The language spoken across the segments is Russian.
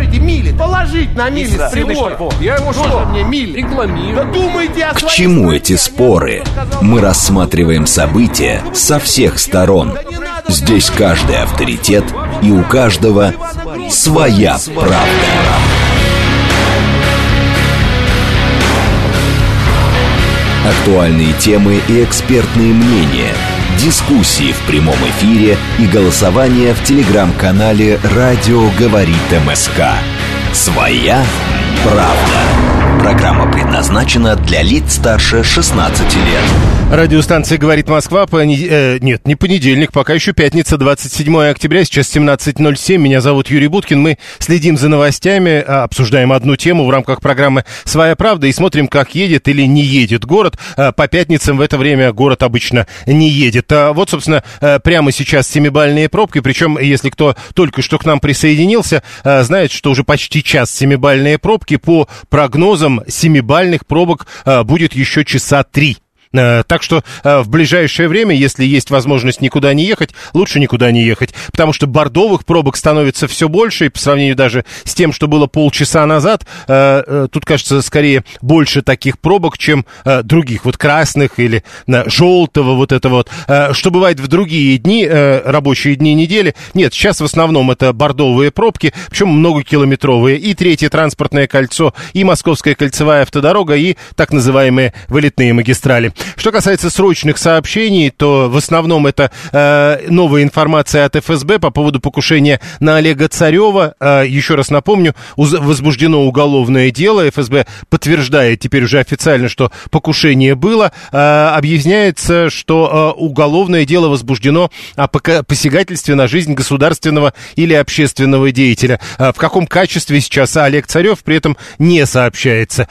говорите, мили. Положить на мили с прибора. Я ему что? Мне мили. Рекламирую. Да думайте о К своих чему друзьях. эти споры? Мы рассматриваем события со всех сторон. Здесь каждый авторитет, и у каждого своя правда. Актуальные темы и экспертные мнения, дискуссии в прямом эфире и голосование в телеграм-канале «Радио говорит МСК». Своя правда. Программа предназначена для лиц старше 16 лет. Радиостанция «Говорит Москва». Нет, не понедельник, пока еще пятница, 27 октября, сейчас 17:07. Меня зовут Юрий Буткин. Мы следим за новостями, обсуждаем одну тему в рамках программы «Своя правда» и смотрим, как едет или не едет город. По пятницам в это время город обычно не едет. Вот, собственно, прямо сейчас семибальные пробки. Причем, если кто только что к нам присоединился, знает, что уже почти час семибальные пробки. По прогнозам семибальных пробок будет еще часа 3. Так что в ближайшее время, если есть возможность никуда не ехать, лучше никуда не ехать, потому что бордовых пробок становится все больше, и по сравнению даже с тем, что было полчаса назад, тут, кажется, скорее больше таких пробок, чем других, вот красных или желтого, вот это вот, что бывает в другие дни, рабочие дни недели. Нет, сейчас в основном это бордовые пробки, причем многокилометровые, и Третье транспортное кольцо, и Московская кольцевая автодорога, и так называемые вылетные магистрали. Что касается срочных сообщений, то в основном это новая информация от ФСБ по поводу покушения на Олега Царева. Еще раз напомню, возбуждено уголовное дело. ФСБ подтверждает теперь уже официально, что покушение было. Объясняется, что уголовное дело возбуждено о посягательстве на жизнь государственного или общественного деятеля. В каком качестве сейчас Олег Царев при этом не сообщается.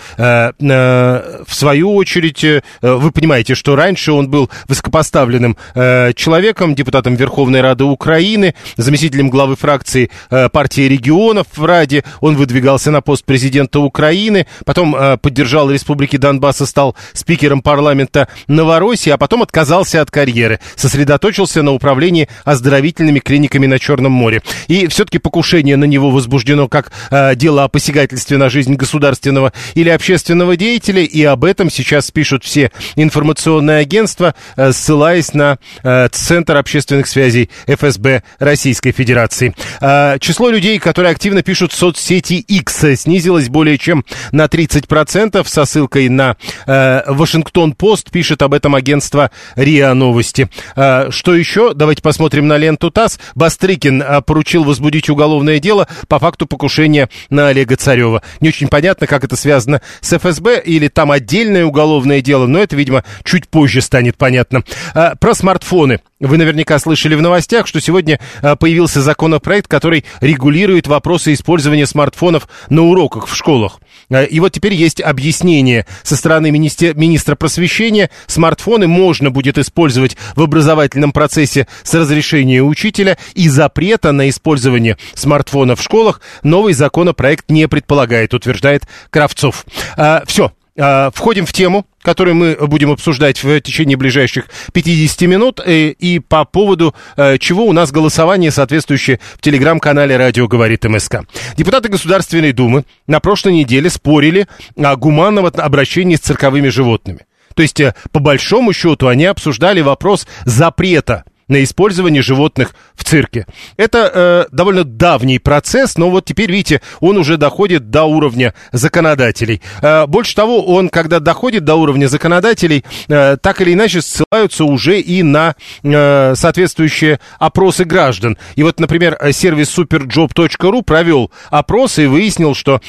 В свою очередь, вы понимаете, что раньше он был высокопоставленным человеком, депутатом Верховной Рады Украины, заместителем главы фракции партии регионов в Раде. Он выдвигался на пост президента Украины, потом поддержал Республики Донбасса, стал спикером парламента Новороссии, а потом отказался от карьеры, сосредоточился на управлении оздоровительными клиниками на Черном море. И все-таки покушение на него возбуждено как дело о посягательстве на жизнь государственного или общественного деятеля, и об этом сейчас пишут все информационное агентство, ссылаясь на Центр общественных связей ФСБ Российской Федерации. Число людей, которые активно пишут в соцсети X, снизилось более чем на 30%, со ссылкой на Вашингтон-Пост, пишет об этом агентство РИА Новости. Что еще? Давайте посмотрим на ленту ТАСС. Бастрыкин поручил возбудить уголовное дело по факту покушения на Олега Царева. Не очень понятно, как это связано с ФСБ, или там отдельное уголовное дело, но это, видимо, чуть позже станет понятно. Про смартфоны. Вы наверняка слышали в новостях, что сегодня появился законопроект, который регулирует вопросы использования смартфонов на уроках в школах. И вот теперь есть объяснение со стороны министра просвещения. Смартфоны можно будет использовать в образовательном процессе с разрешения учителя, и запрета на использование смартфона в школах новый законопроект не предполагает, утверждает Кравцов. Все. Входим в тему, которую мы будем обсуждать в течение ближайших 50 минут, и по поводу чего у нас голосование соответствующее в телеграм-канале «Радио говорит МСК». Депутаты Государственной Думы на прошлой неделе спорили о гуманном обращении с цирковыми животными. То есть, по большому счету, они обсуждали вопрос запрета на использование животных в цирке. Это довольно давний процесс, но вот теперь, видите, он уже доходит до уровня законодателей. Больше того, он, когда доходит до уровня законодателей, так или иначе ссылаются уже и на соответствующие опросы граждан. И вот, например, сервис superjob.ru провел опрос и выяснил, что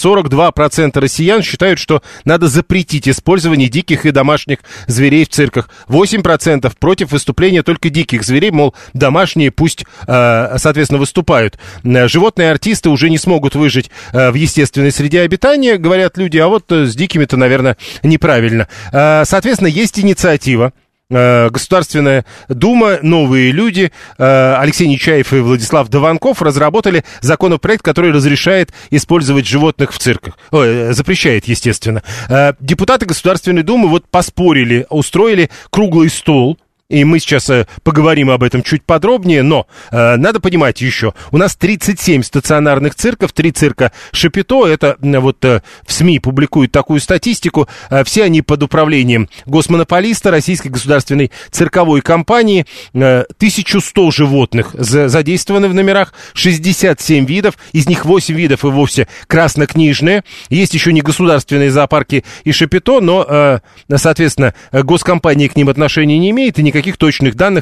42% россиян считают, что надо запретить использование диких и домашних зверей в цирках. 8% против выступления только диких зверей, мол, домашние пусть, соответственно, выступают. Животные артисты уже не смогут выжить в естественной среде обитания, говорят люди, а вот с дикими-то, наверное, неправильно. Соответственно, есть инициатива. Государственная Дума, новые люди, Алексей Нечаев и Владислав Дованков разработали законопроект, который разрешает использовать животных в цирках. Запрещает, естественно. Депутаты Государственной Думы вот поспорили, устроили круглый стол И мы сейчас поговорим об этом чуть подробнее, но надо понимать еще, у нас 37 стационарных цирков, 3 цирка Шапито, это вот в СМИ публикуют такую статистику, все они под управлением госмонополиста, Российской государственной цирковой компании, 1100 животных задействованы в номерах, 67 видов, из них 8 видов и вовсе краснокнижные, есть еще не государственные зоопарки и Шапито, но, соответственно, госкомпания к ним отношения не имеет и никаких точных данных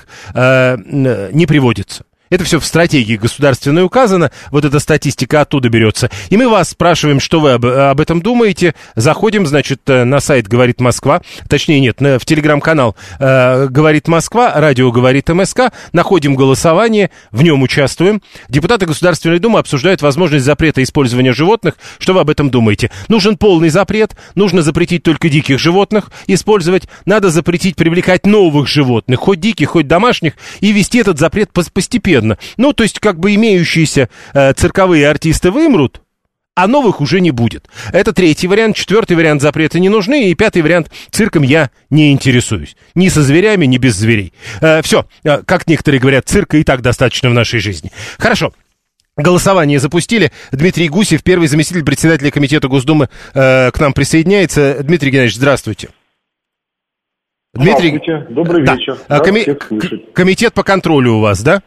не приводится. Это все в стратегии государственной указано, вот эта статистика оттуда берется. И мы вас спрашиваем, что вы об этом думаете. Заходим, значит, на сайт «Говорит Москва», точнее нет, в телеграм-канал «Говорит Москва», радио «Говорит МСК», находим голосование, в нем участвуем. Депутаты Государственной Думы обсуждают возможность запрета использования животных. Что вы об этом думаете? Нужен полный запрет, нужно запретить только диких животных использовать, надо запретить привлекать новых животных, хоть диких, хоть домашних, и вести этот запрет постепенно. Ну, то есть, как бы имеющиеся цирковые артисты вымрут, а новых уже не будет. Это 3-й вариант. 4-й вариант — запреты не нужны. И 5-й вариант — цирком я не интересуюсь. Ни со зверями, ни без зверей. Все, как некоторые говорят, цирка и так достаточно в нашей жизни. Хорошо. Голосование запустили. Дмитрий Гусев, первый заместитель председателя комитета Госдумы, к нам присоединяется. Дмитрий Геннадьевич, здравствуйте. Здравствуйте. Добрый вечер. Комитет по контролю у вас, да?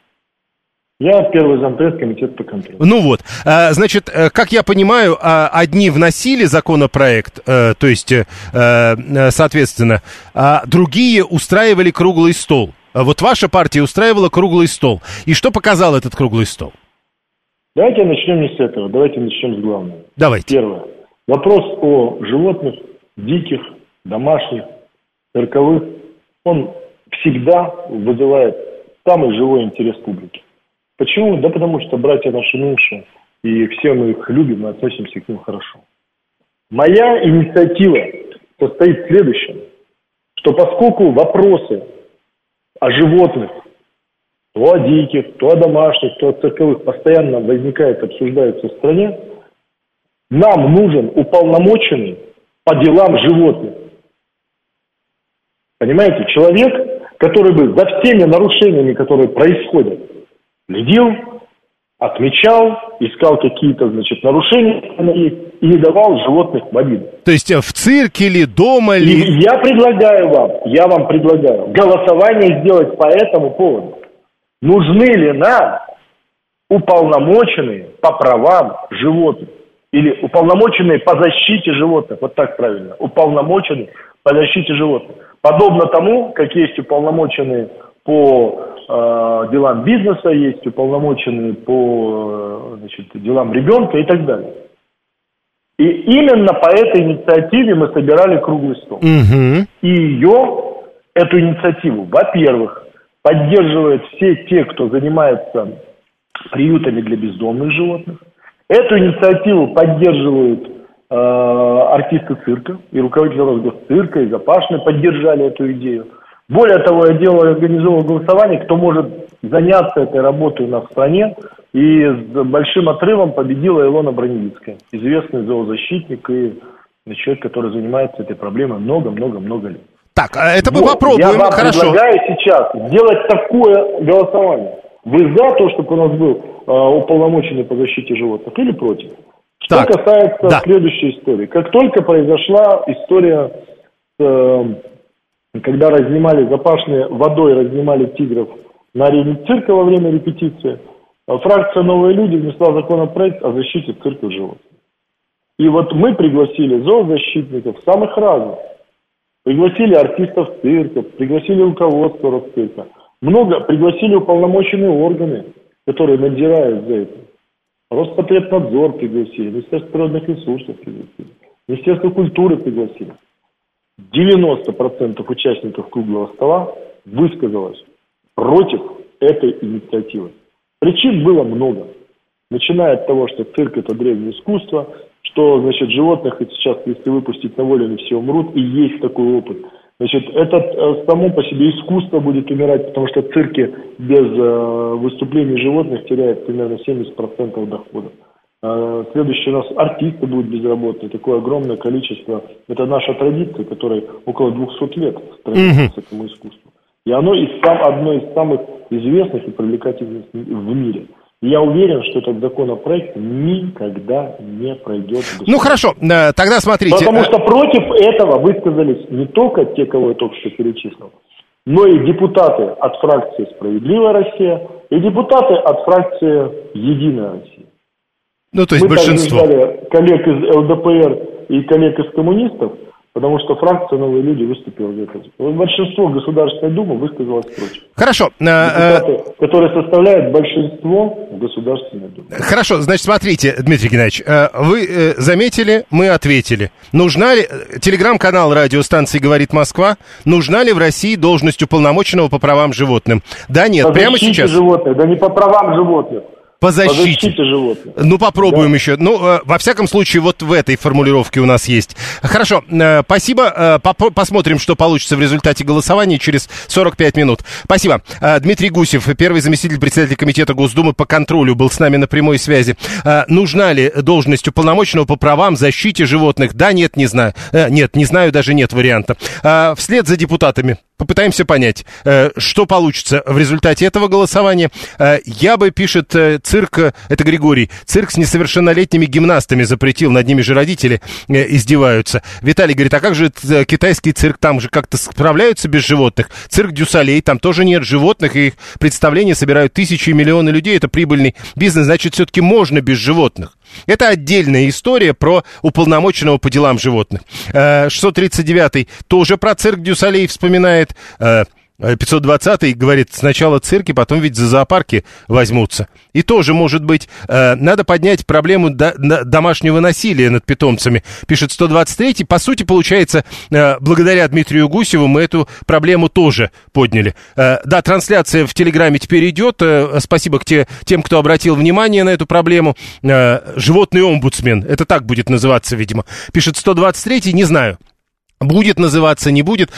Я первый зампред комитета по контролю. Ну вот, значит, как я понимаю, одни вносили законопроект, то есть, соответственно, а другие устраивали круглый стол. Вот ваша партия устраивала круглый стол. И что показал этот круглый стол? Давайте начнем не с этого, давайте начнем с главного. Давайте. Первое. Вопрос о животных, диких, домашних, цирковых, он всегда вызывает самый живой интерес публики. Почему? Да потому что братья наши меньше, и все мы их любим и относимся к ним хорошо. Моя инициатива состоит в следующем, что поскольку вопросы о животных, то о диких, то о домашних, то о цирковых постоянно возникают, обсуждаются в стране, нам нужен уполномоченный по делам животных. Понимаете, человек, который бы за всеми нарушениями, которые происходят, следил, отмечал, искал какие-то, значит, нарушения и не давал животных в обиду. То есть в цирке ли, дома ли? И я вам предлагаю голосование сделать по этому поводу. Нужны ли нам уполномоченные по правам животных? Или уполномоченные по защите животных, вот так правильно, уполномоченные по защите животных. Подобно тому, как есть уполномоченные по делам бизнеса, есть уполномоченные по, значит, делам ребенка и так далее. И именно по этой инициативе мы собирали круглый стол. Угу. И эту инициативу, во-первых, поддерживают все те, кто занимается приютами для бездомных животных. Эту инициативу поддерживают артисты цирка, и руководители Росгосцирка, и Запашный поддержали эту идею. Более того, я организовал голосование, кто может заняться этой работой у нас в стране, и с большим отрывом победила Илона Броневицкая, известный зоозащитник и человек, который занимается этой проблемой много-много-много лет. Так, это мы попробуем, я вам хорошо. предлагаю сейчас сделать такое голосование. Вы за то, чтобы у нас был уполномоченный по защите животных, или против? Что касается следующей истории. Как только произошла история, когда Запашные водой разнимали тигров на арене цирка во время репетиции, фракция «Новые люди» внесла законопроект о защите цирка животных. И вот мы пригласили зоозащитников самых разных. Пригласили артистов цирка, пригласили руководство Росцирка. Пригласили уполномоченные органы, которые надзирают за этим. Роспотребнадзор пригласили, Министерство природных ресурсов пригласили, Министерство культуры пригласили. 90% участников круглого стола высказалось против этой инициативы. Причин было много. Начиная от того, что цирк — это древнее искусство, что, значит, животных сейчас, если выпустить на волю, они все умрут, и есть такой опыт. Значит, это само по себе искусство будет умирать, потому что цирки без выступлений животных теряют примерно 70% дохода. Следующий у нас артисты будут безработные, такое огромное количество. Это наша традиция, которая около 200 лет стремится к этому искусству. И оно одно из самых известных и привлекательных в мире. И я уверен, что этот законопроект никогда не пройдет. Ну хорошо, тогда смотрите. Потому что против этого высказались не только те, кого я только что перечислил, но и депутаты от фракции «Справедливая Россия» и депутаты от фракции «Единая Россия». Ну, то есть большинство. Мы также ждали коллег из ЛДПР и коллег из коммунистов, потому что фракция «Новые люди» выступила за это. Большинство Государственной Думы высказалось против. Хорошо. Депутаты, которые составляют большинство Государственной Думы. Хорошо, значит, смотрите, Дмитрий Геннадьевич, вы заметили, мы ответили. Нужна ли, телеграм-канал радиостанции «Говорит Москва», нужна ли в России должность уполномоченного по правам животным? Да, нет, прямо сейчас. Животных, да не по правам животных. По защите животных. Ну, попробуем еще. Ну, во всяком случае, вот в этой формулировке у нас есть. Хорошо, спасибо. Посмотрим, что получится в результате голосования через 45 минут. Спасибо. Дмитрий Гусев, первый заместитель председателя комитета Госдумы по контролю, был с нами на прямой связи. Нужна ли должность уполномоченного по правам, защите животных? Да, нет, не знаю. Нет, не знаю, даже нет варианта. Вслед за депутатами попытаемся понять, что получится в результате этого голосования. Я бы, пишет цирк, это Григорий, цирк с несовершеннолетними гимнастами запретил, над ними же родители издеваются. Виталий говорит, а как же китайский цирк, там же как-то справляются без животных? Цирк Дю-Солей, там тоже нет животных, и их представления собирают тысячи и миллионы людей, это прибыльный бизнес, значит, все-таки можно без животных. Это отдельная история про уполномоченного по делам животных. 639-й тоже про цирк Дю-Солей вспоминает. 520-й говорит, сначала цирки, потом ведь за зоопарки возьмутся. И тоже, может быть, надо поднять проблему домашнего насилия над питомцами, пишет 123-й. По сути, получается, благодаря Дмитрию Гусеву мы эту проблему тоже подняли. Да, трансляция в Телеграме теперь идет. Спасибо тем, кто обратил внимание на эту проблему. Животный омбудсмен, это так будет называться, видимо, пишет 123-й, не знаю. Будет называться, не будет.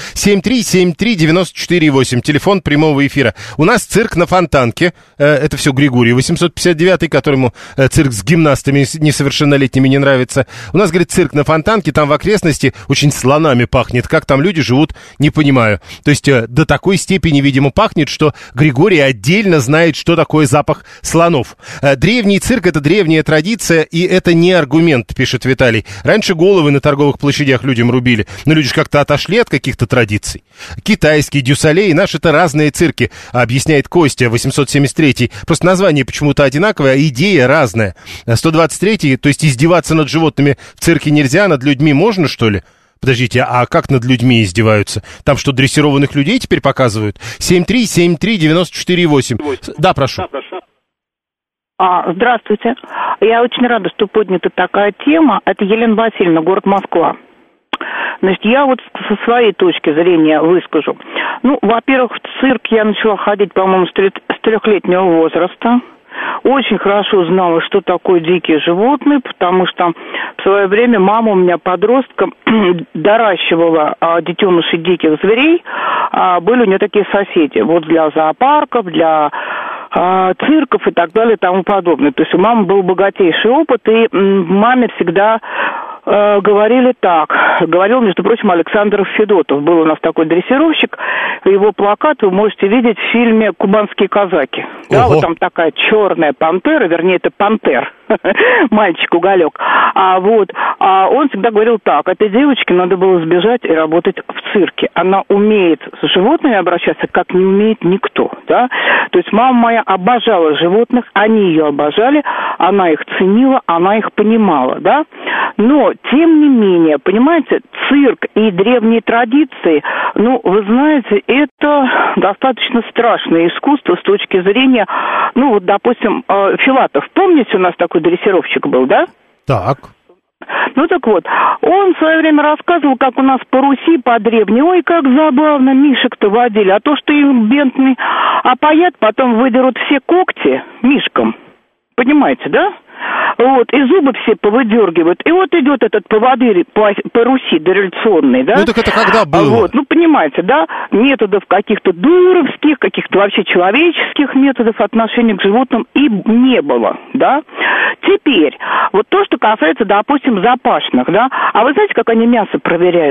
7373948, телефон прямого эфира. У нас цирк на Фонтанке, это все Григорий, 859-й, которому цирк с гимнастами несовершеннолетними не нравится. У нас, говорит, цирк на Фонтанке, там в окрестности очень слонами пахнет. Как там люди живут, не понимаю. То есть до такой степени, видимо, пахнет, что Григорий отдельно знает, что такое запах слонов. Древний цирк — это древняя традиция, и это не аргумент, пишет Виталий. Раньше головы на торговых площадях людям рубили. Но люди же как-то отошли от каких-то традиций. Китайский, Дю-Солей, наши это разные цирки, объясняет Костя, 873-й. Просто название почему-то одинаковое, а идея разная. 123-й, то есть издеваться над животными в цирке нельзя, над людьми можно, что ли? Подождите, а как над людьми издеваются? Там что, дрессированных людей теперь показывают? 7373948. Да, прошу. Здравствуйте. Я очень рада, что поднята такая тема. Это Елена Васильевна, город Москва. Значит, я вот со своей точки зрения выскажу. Ну, во-первых, в цирк я начала ходить, по-моему, с 3-летнего возраста. Очень хорошо знала, что такое дикие животные, потому что в свое время мама у меня подростком доращивала детенышей диких зверей. Были у нее такие соседи. Вот для зоопарков, для цирков и так далее и тому подобное. То есть у мамы был богатейший опыт, и маме всегда говорили так. Говорил, между прочим, Александр Федотов. Был у нас такой дрессировщик. Его плакат вы можете видеть в фильме «Кубанские казаки». Да, вот там такая черная пантера, вернее, это пантер. Мальчик-уголек. Он всегда говорил так. Этой девочке надо было сбежать и работать в цирке. Она умеет с животными обращаться, как не умеет никто. Да? То есть мама моя обожала животных, они ее обожали, она их ценила, она их понимала. Да? Но, тем не менее, понимаете, цирк и древние традиции, ну, вы знаете, это достаточно страшное искусство с точки зрения, ну, вот, допустим, Филатов. Помните, у нас такой дрессировщик был, да? Так. Ну, так вот, он в свое время рассказывал, как у нас по Руси, по древней, ой, как забавно мишек-то водили, а то, что им бентный опоят, потом выдерут все когти мишкам, понимаете, да? Вот, и зубы все повыдергивают. И вот идет этот поводырь по Руси дореволюционный, да? Ну, так это когда было? Вот, ну, понимаете, да? Методов каких-то дуровских, каких-то вообще человеческих методов отношения к животным и не было, да? Теперь, вот то, что касается, допустим, запашных, да? А вы знаете, как они мясо проверяют?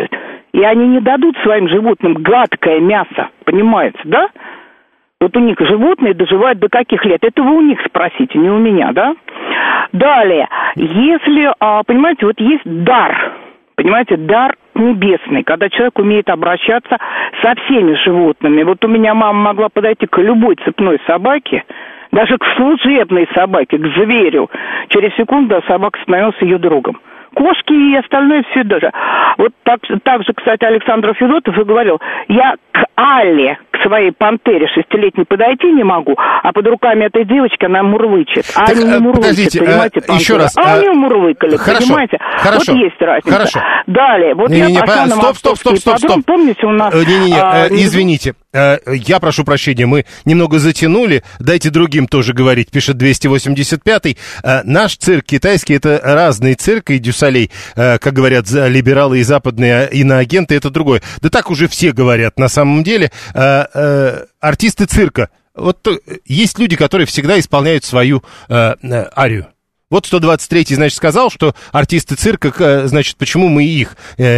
И они не дадут своим животным гадкое мясо, понимаете, да? Вот у них животные доживают до каких лет? Это вы у них спросите, не у меня, да? Далее, если, понимаете, вот есть дар, понимаете, дар небесный, когда человек умеет обращаться со всеми животными. Вот у меня мама могла подойти к любой цепной собаке, даже к служебной собаке, к зверю. Через секунду собака становилась ее другом. Кошки и остальное все даже. Вот так же, кстати, Александр Федотов и говорил, я к Алле, к своей пантере 6-летней подойти не могу, а под руками этой девочки она мурлычет. А так, они не мурлычат, понимаете, пантера. Еще раз. А они мурлыкали, понимаете? Хорошо. Вот есть разница. Хорошо. Далее, вот я пошла на московский ипподром, помните, у нас... Извините. Я прошу прощения, мы немного затянули. Дайте другим тоже говорить, пишет 285-й. Наш цирк китайский — это разный цирк, и Дюсалей, как говорят либералы и западные иноагенты, это другое. Да так уже все говорят на самом деле. Артисты цирка. Вот есть люди, которые всегда исполняют свою арию. Вот 123-й, значит, сказал, что артисты цирка, значит, почему мы их?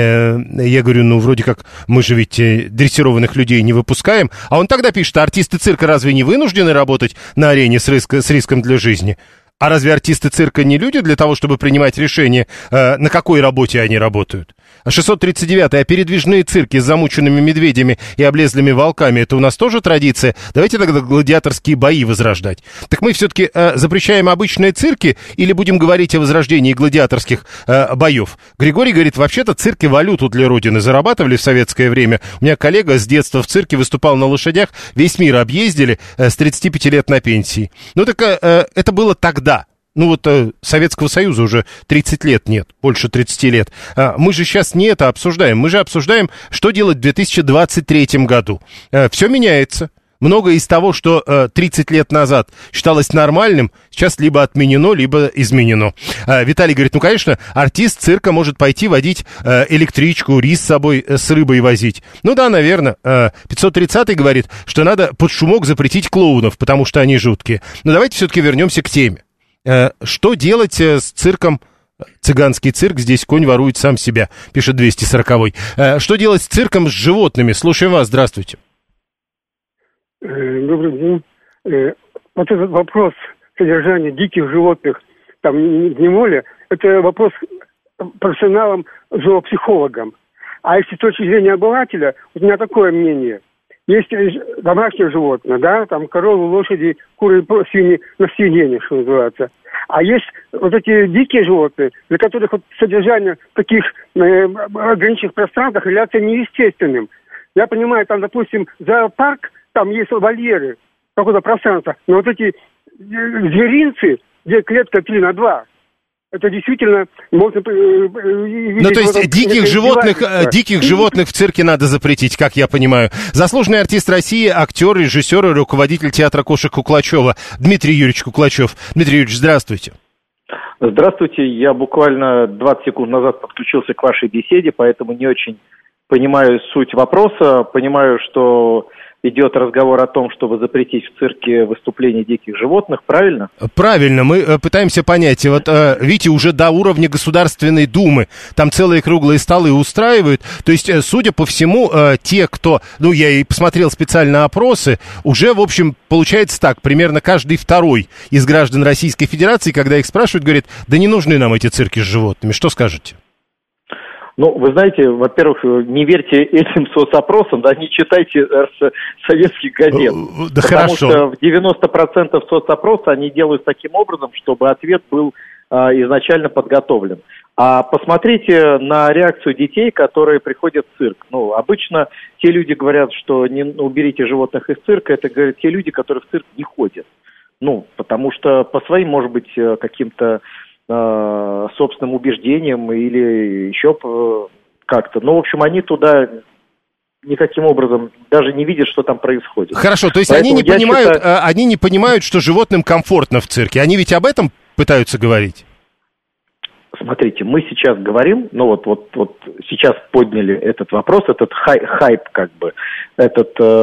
Я говорю, ну, вроде как, мы же ведь дрессированных людей не выпускаем. А он тогда пишет, а артисты цирка разве не вынуждены работать на арене с риском для жизни? А разве артисты цирка не люди для того, чтобы принимать решение, на какой работе они работают? 639-й. А передвижные цирки с замученными медведями и облезлыми волками — это у нас тоже традиция? Давайте тогда гладиаторские бои возрождать. Так мы все-таки запрещаем обычные цирки или будем говорить о возрождении гладиаторских боев? Григорий говорит, вообще-то цирки валюту для Родины зарабатывали в советское время. У меня коллега с детства в цирке выступал на лошадях, весь мир объездили, с 35 лет на пенсии. Ну так это было тогда. Ну вот Советского Союза уже 30 лет нет, больше 30 лет. Мы же сейчас не это обсуждаем, мы же обсуждаем, что делать в 2023 году. Все меняется. Многое из того, что 30 лет назад считалось нормальным, сейчас либо отменено, либо изменено. Виталий говорит, ну, конечно, артист цирка может пойти водить электричку, рис с собой с рыбой возить. Ну да, наверное. 530-й говорит, что надо под шумок запретить клоунов, потому что они жуткие. Но давайте все-таки вернемся к теме. Что делать с цирком? Цыганский цирк, здесь конь ворует сам себя, пишет 240-й. Что делать с цирком, с животными? Слушаем вас, здравствуйте. Добрый день. Вот этот вопрос содержания диких животных там в неволе, это вопрос профессионалам, зоопсихологам. А если с точки зрения обывателя, у меня такое мнение. Есть домашние животные, да, там коровы, лошади, куры, свиньи на съедение, что называется. А есть вот эти дикие животные, для которых вот содержание в таких ограниченных пространствах является неестественным. Я понимаю, там, допустим, зоопарк, там есть вольеры, какое-то пространство, но вот эти зверинцы, где клетка 3:2, это действительно можно видеть... Ну, то есть диких животных в цирке надо запретить, как я понимаю. Заслуженный артист России, актер, режиссер и руководитель театра кошек Куклачева Дмитрий Юрьевич Куклачев. Дмитрий Юрьевич, здравствуйте. Здравствуйте. Я буквально 20 секунд назад подключился к вашей беседе, поэтому не очень понимаю суть вопроса. Понимаю, что идет разговор о том, чтобы запретить в цирке выступления диких животных, правильно? Правильно, мы пытаемся понять. Вот, видите, уже до уровня Государственной Думы там целые круглые столы устраивают. То есть, судя по всему, те, кто... Ну, я и посмотрел специально опросы, уже, в общем, получается так. Примерно каждый второй из граждан Российской Федерации, когда их спрашивают, говорит, да не нужны нам эти цирки с животными. Что скажете? Ну, вы знаете, во-первых, не верьте этим соцопросам, да, не читайте советских газет. Да, потому хорошо. что в 90% соцопроса они делают таким образом, чтобы ответ был изначально подготовлен. А посмотрите на реакцию детей, которые приходят в цирк. Ну, обычно те люди говорят, что не уберите животных из цирка, это говорят те люди, которые в цирк не ходят. Ну, потому что по своим, может быть, каким-то собственным убеждениям или еще как-то. Ну, в общем, они туда никаким образом даже не видят, что там происходит. Хорошо, то есть они не понимают, что животным комфортно в цирке. Они ведь об этом пытаются говорить? Смотрите, мы сейчас говорим, ну вот сейчас подняли этот вопрос, этот хайп как бы,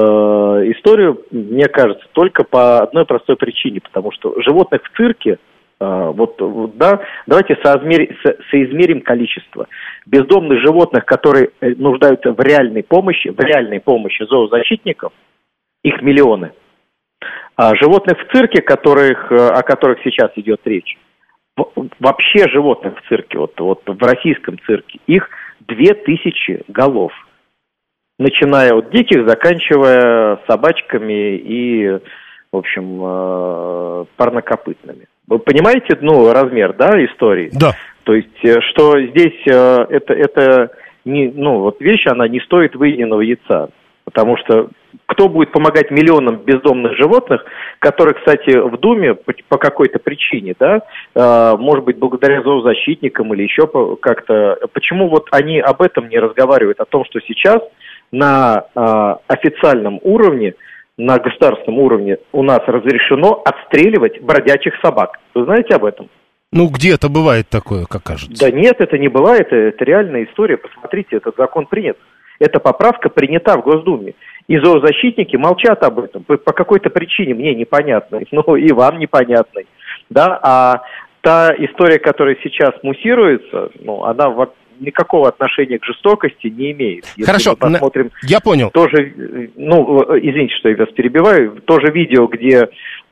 историю, мне кажется, только по одной простой причине, потому что животных в цирке Давайте соизмерим количество бездомных животных, которые нуждаются в реальной помощи зоозащитников, их миллионы. А животных в цирке, о которых сейчас идет речь, вообще животных в цирке, вот в российском цирке, их 2000 голов. Начиная от диких, заканчивая собачками и, в общем, парнокопытными. Вы понимаете, размер, истории? Да. То есть, что здесь это вещь, она не стоит выеденного яйца. Потому что кто будет помогать миллионам бездомных животных, которые, кстати, в Думе по какой-то причине, может быть, благодаря зоозащитникам или еще как-то, почему они об этом не разговаривают, о том, что сейчас на официальном уровне, на государственном уровне у нас разрешено отстреливать бродячих собак. Вы знаете об этом? Где-то бывает такое, как кажется. Да нет, это не бывает, это реальная история. Посмотрите, этот закон принят. Эта поправка принята в Госдуме. И зоозащитники молчат об этом по какой-то причине, мне непонятной, и вам непонятной. А та история, которая сейчас муссируется, она никакого отношения к жестокости не имеет. Если Хорошо, мы посмотрим, я понял. Тоже, извините, что я вас перебиваю, тоже видео, где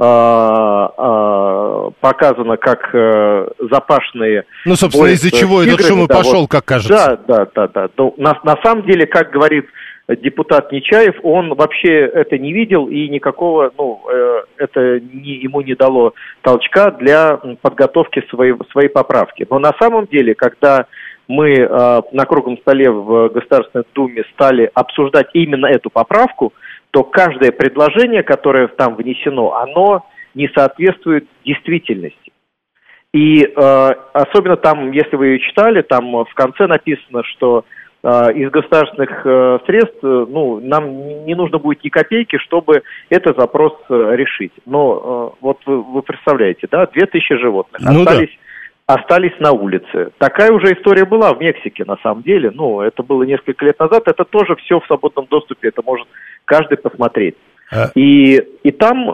показано, как запашные... собственно, из-за чего этот шум и пошел, как кажется. Да. На самом деле, как говорит депутат Нечаев, он вообще это не видел и никакого, это ему не дало толчка для подготовки своей поправки. Но на самом деле, когда мы на круглом столе в Государственной Думе стали обсуждать именно эту поправку, то каждое предложение, которое там внесено, оно не соответствует действительности. И особенно там, если вы ее читали, там в конце написано, что из государственных средств нам не нужно будет ни копейки, чтобы этот запрос решить. Но вы представляете, 2000 животных остались на улице. Такая уже история была в Мексике, на самом деле. Это было несколько лет назад. Это тоже все в свободном доступе. Это может каждый посмотреть. И там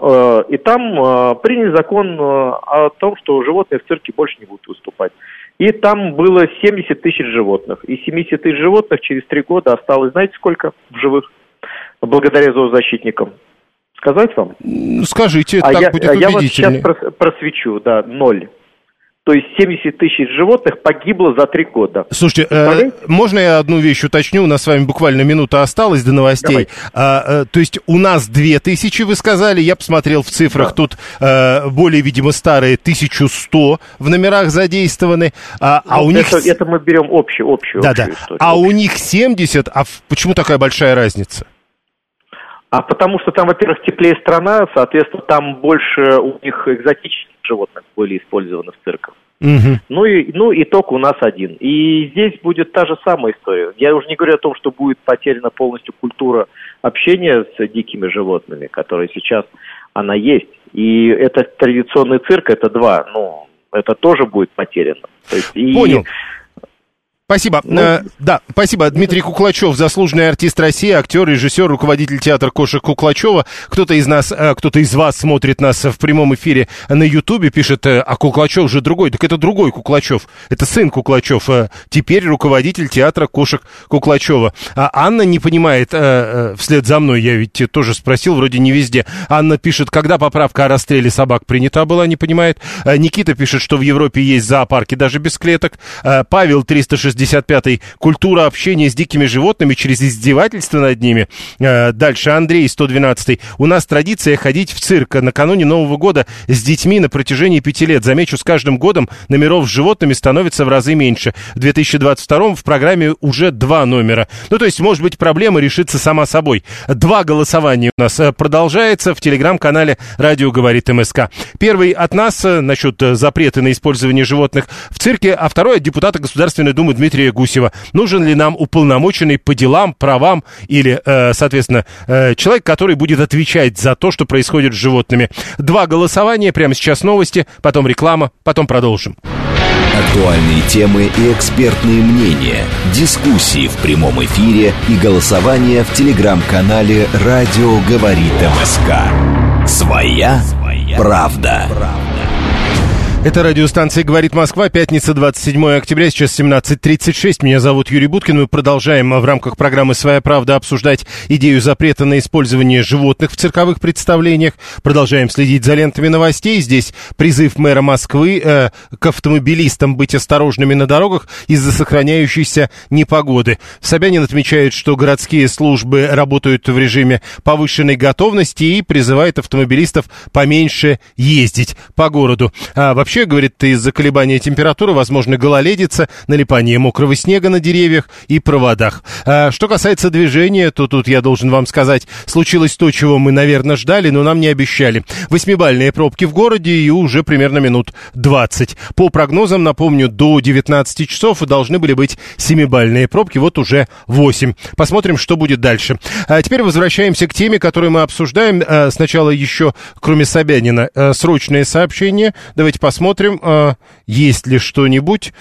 приняли закон о том, что животные в цирке больше не будут выступать. И там было 70 тысяч животных. И 70 тысяч животных через 3 года осталось, знаете, сколько в живых? Благодаря зоозащитникам. Сказать вам? Скажите, так будет убедительнее. Я вас сейчас просвечу, 0. То есть 70 тысяч животных погибло за 3 года. Слушайте, можно я одну вещь уточню? У нас с вами буквально минута осталась до новостей. То есть у нас 2000, вы сказали, я посмотрел в цифрах, тут более, видимо, старые 1100 в номерах задействованы. У них... Это мы берем общую историю. А у них 70, почему такая большая разница? Потому что там, во-первых, теплее страна, соответственно, там больше у них экзотических животных были использованы в цирках. Угу. Итог у нас один. И здесь будет та же самая история. Я уже не говорю о том, что будет потеряна полностью культура общения с дикими животными, которая сейчас, она есть. И это традиционный цирк, это 2. Это тоже будет потеряно. Понял. Спасибо. Спасибо. Дмитрий Куклачев, заслуженный артист России, актер, режиссер, руководитель театра кошек Куклачева. Кто-то из вас смотрит нас в прямом эфире на Ютубе, пишет, а Куклачев же другой. Так это другой Куклачев. Это сын Куклачев, теперь руководитель театра кошек Куклачева. А Анна не понимает, вслед за мной, я ведь тоже спросил, вроде не везде. Анна пишет, когда поправка о расстреле собак принята была, не понимает. Никита пишет, что в Европе есть зоопарки даже без клеток. Павел 365 культура общения с дикими животными через издевательство над ними. Дальше Андрей 112. У нас традиция ходить в цирк накануне Нового года с детьми на протяжении 5 лет. Замечу, с каждым годом номеров с животными становится в разы меньше. В 2022 в программе уже 2 номера. То есть, может быть, проблема решится сама собой. 2 голосования у нас продолжается в телеграм-канале «Радио говорит МСК». Первый от нас насчет запрета на использование животных в цирке, а второй от депутата Государственной Думы Дмитрия Гусева. Нужен ли нам уполномоченный по делам, правам или, соответственно, человек, который будет отвечать за то, что происходит с животными? 2 голосования, прямо сейчас новости, потом реклама, потом продолжим. Актуальные темы и экспертные мнения, дискуссии в прямом эфире и голосование в телеграм-канале «Радио говорит МСК». Своя правда. Это радиостанция «Говорит Москва», пятница, 27 октября, сейчас 17:36. Меня зовут Юрий Буткин. Мы продолжаем в рамках программы «Своя правда» обсуждать идею запрета на использование животных в цирковых представлениях. Продолжаем следить за лентами новостей. Здесь призыв мэра Москвы к автомобилистам быть осторожными на дорогах из-за сохраняющейся непогоды. Собянин отмечает, что городские службы работают в режиме повышенной готовности и призывает автомобилистов поменьше ездить по городу. Вообще, говорит, из-за колебания температуры возможно гололедица, налипание мокрого снега на деревьях и проводах. Что касается движения, то тут я должен вам сказать, случилось то, чего мы, наверное, ждали, но нам не обещали. 8-бальные пробки в городе и уже примерно минут 20. По прогнозам, напомню, до 19 часов должны были быть 7-бальные пробки, вот уже 8. Посмотрим, что будет дальше. Теперь возвращаемся к теме, которую мы обсуждаем. Сначала еще, кроме Собянина, срочные сообщения. Давайте посмотрим, есть ли что-нибудь.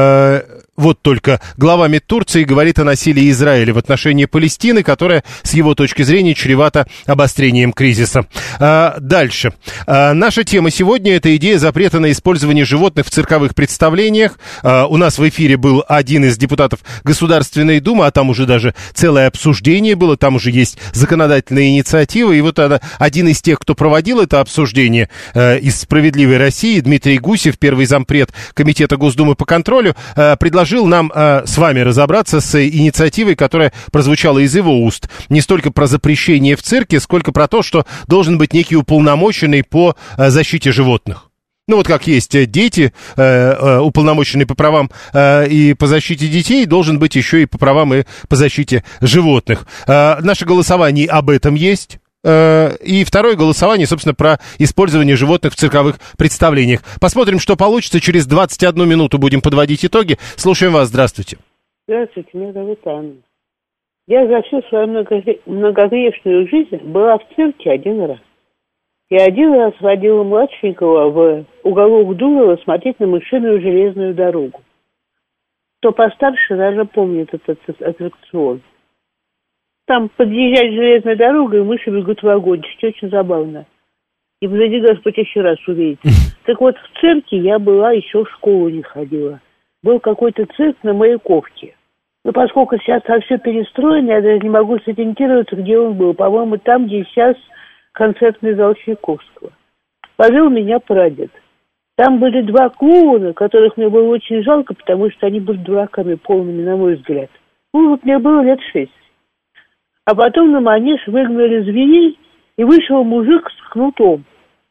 Вот только глава МИД Турции говорит о насилии Израиля в отношении Палестины, которая, с его точки зрения, чревата обострением кризиса. Дальше. Наша тема сегодня – это идея запрета на использование животных в цирковых представлениях. У нас в эфире был один из депутатов Государственной Думы, а там уже даже целое обсуждение было, там уже есть законодательная инициатива. И вот один из тех, кто проводил это обсуждение из «Справедливой России», Дмитрий Гусев, первый зампред Комитета Госдумы по контролю, предложил нам с вами разобраться с инициативой, которая прозвучала из его уст. Не столько про запрещение в цирке, сколько про то, что должен быть некий уполномоченный по защите животных. Ну вот как есть дети, уполномоченный по правам и по защите детей, должен быть еще и по правам и по защите животных. Наше голосование об этом есть. И второе голосование, собственно, про использование животных в цирковых представлениях. Посмотрим, что получится. Через 21 минуту будем подводить итоги. Слушаем вас. Здравствуйте. Здравствуйте, меня зовут Анна. Я за всю свою многогрешную жизнь была в цирке один раз. Я один раз водила младшенького в уголок Дурова смотреть на мышиную железную дорогу. Кто постарше, даже помнит этот аттракцион. Там подъезжает железная дорога, и мыши бегут в вагончик. Очень забавно. И позади Господь еще раз увидите. Так вот, в цирке я была, еще в школу не ходила. Был какой-то цирк на Маяковке. Но поскольку сейчас все перестроено, я даже не могу сориентироваться, где он был. По-моему, там, где сейчас концертный зал Чайковского. Повел меня прадед. Там были два клоуна, которых мне было очень жалко, потому что они были дураками полными, на мой взгляд. Ну, вот мне было лет 6. А потом на манеж выгнали зверей, и вышел мужик с кнутом.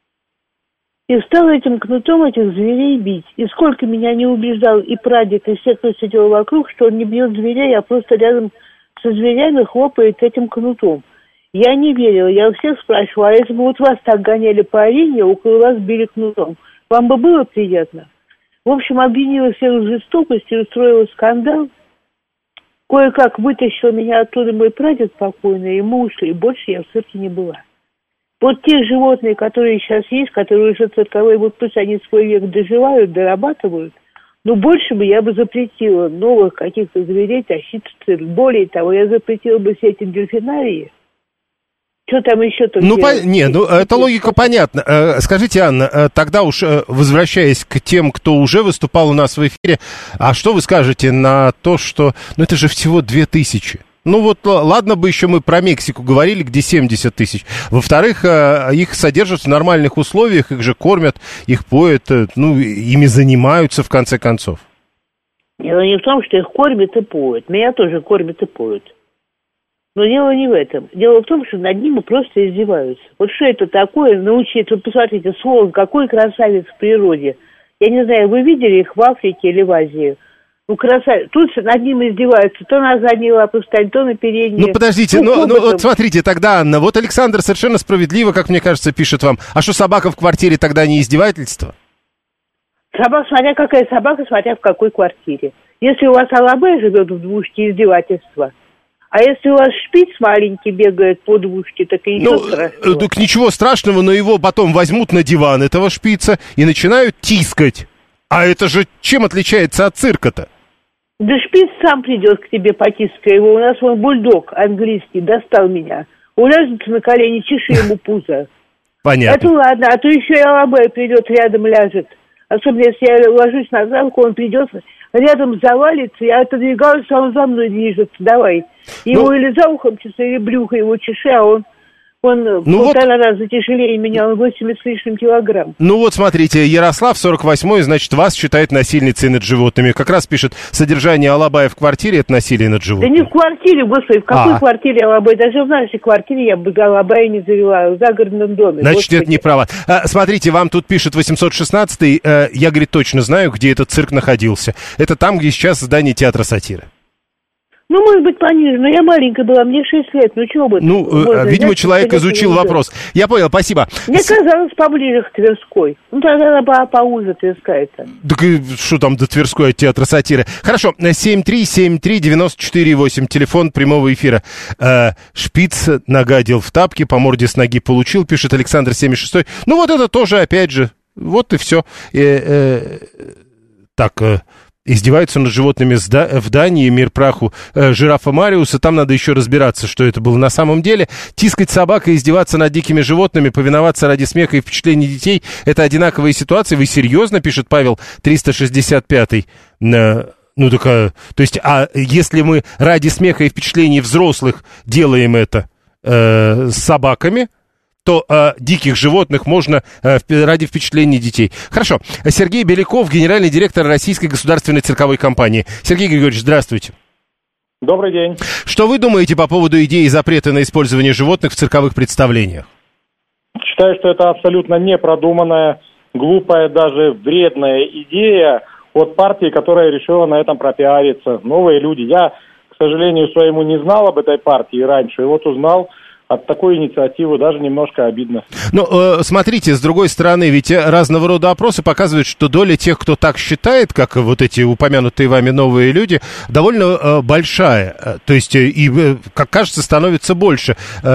И стал этим кнутом этих зверей бить. И сколько меня не убеждал и прадед, и все, кто сидел вокруг, что он не бьет зверей, а просто рядом со зверями хлопает этим кнутом. Я не верила, я у всех спрашивала, а если бы вот вас так гоняли по арене, около вас били кнутом, вам бы было приятно? В общем, обвинила всех в жестокости, устроила скандал. Кое-как вытащил меня оттуда мой прадед покойный, и мы ушли. Больше я в цирке не была. Вот те животные, которые сейчас есть, которые уже цирковые, вот пусть они свой век доживают, дорабатывают, но больше бы я бы запретила новых каких-то зверей тащить в цирк. Более того, я запретила бы все эти дельфинарии. Что там еще-то? Эта логика понятна. Скажите, Анна, тогда уж возвращаясь к тем, кто уже выступал у нас в эфире, а что вы скажете на то, что... это же всего 2000. Ну вот, ладно бы еще мы про Мексику говорили, где 70 тысяч. Во-вторых, их содержат в нормальных условиях, их же кормят, их поят, ими занимаются в конце концов. Дело не в том, что их кормят и поют. Меня тоже кормят и поют. Но дело не в этом. Дело в том, что над ними просто издеваются. Вот что это такое? Научиться, вот посмотрите, слон, какой красавец в природе. Я не знаю, вы видели их в Африке или в Азии? Ну, красавец. Тут над ним издеваются. То на задние лапы встань, то на передние. Ну, подождите, вот смотрите, тогда, Анна, вот Александр совершенно справедливо, как мне кажется, пишет вам. А что, собака в квартире тогда не издевательство? Собака, смотря какая собака, смотря в какой квартире. Если у вас алабай живет в двушке, издевательство. А если у вас шпиц маленький бегает по двушке, так и ничего страшного. Так ничего страшного, но его потом возьмут на диван, этого шпица, и начинают тискать. А это же чем отличается от цирка-то? Да шпиц сам придет к тебе, потискай его. У нас вон бульдог английский достал меня. Уляжется на колени, чеши ему пузо. Понятно. Это ладно, а то еще и алабай придет рядом ляжет. Особенно, если я ложусь на травку, он придет, рядом завалится, я отодвигаюсь, а он за мной движется, давай. Его или за ухом часа, или брюхо его чеши, а он полтора раза тяжелее меня, он 80 с лишним килограмм. Ну вот, смотрите, Ярослав, 48-й, значит, вас считает насильницей над животными. Как раз пишет, содержание алабая в квартире – это насилие над животными. Да не в квартире, господи, в какой квартире алабай? Даже в нашей квартире я бы алабая не завела, в загородном доме. Значит, господи. это неправо. Смотрите, вам тут пишет 816-й, я, говорит, точно знаю, где этот цирк находился. Это там, где сейчас здание театра сатиры. Ну, может быть, пониже, но я маленькая была, мне 6 лет, ну чего бы... Ну, видимо, человек изучил вопрос. Я понял, спасибо. Мне казалось, поближе к Тверской. Ну, тогда она поуже Тверская-то. Так что там до Тверской от театра сатиры? Хорошо, 7373948, телефон прямого эфира. Шпиц нагадил в тапке, по морде с ноги получил, пишет Александр 76-й. Ну, вот это тоже, опять же, вот и все. Издеваются над животными в Дании, мир праху жирафа Мариуса. Там надо еще разбираться, что это было на самом деле. Тискать собак и издеваться над дикими животными, повиноваться ради смеха и впечатлений детей – это одинаковые ситуации. Вы серьезно, пишет Павел 365-й. Ну, так, то есть, а если мы ради смеха и впечатлений взрослых делаем это с собаками, то диких животных можно ради впечатлений детей. Хорошо. Сергей Беляков, генеральный директор Российской государственной цирковой компании. Сергей Григорьевич, здравствуйте. Добрый день. Что вы думаете по поводу идеи запрета на использование животных в цирковых представлениях? Считаю, что это абсолютно непродуманная, глупая, даже вредная идея от партии, которая решила на этом пропиариться. Новые люди. Я, к сожалению, своему не знал об этой партии раньше, и вот узнал. От такой инициативы даже немножко обидно. Ну, смотрите, с другой стороны, ведь разного рода опросы показывают, что доля тех, кто так считает, как вот эти упомянутые вами новые люди, довольно большая. То есть, и, как кажется, становится больше.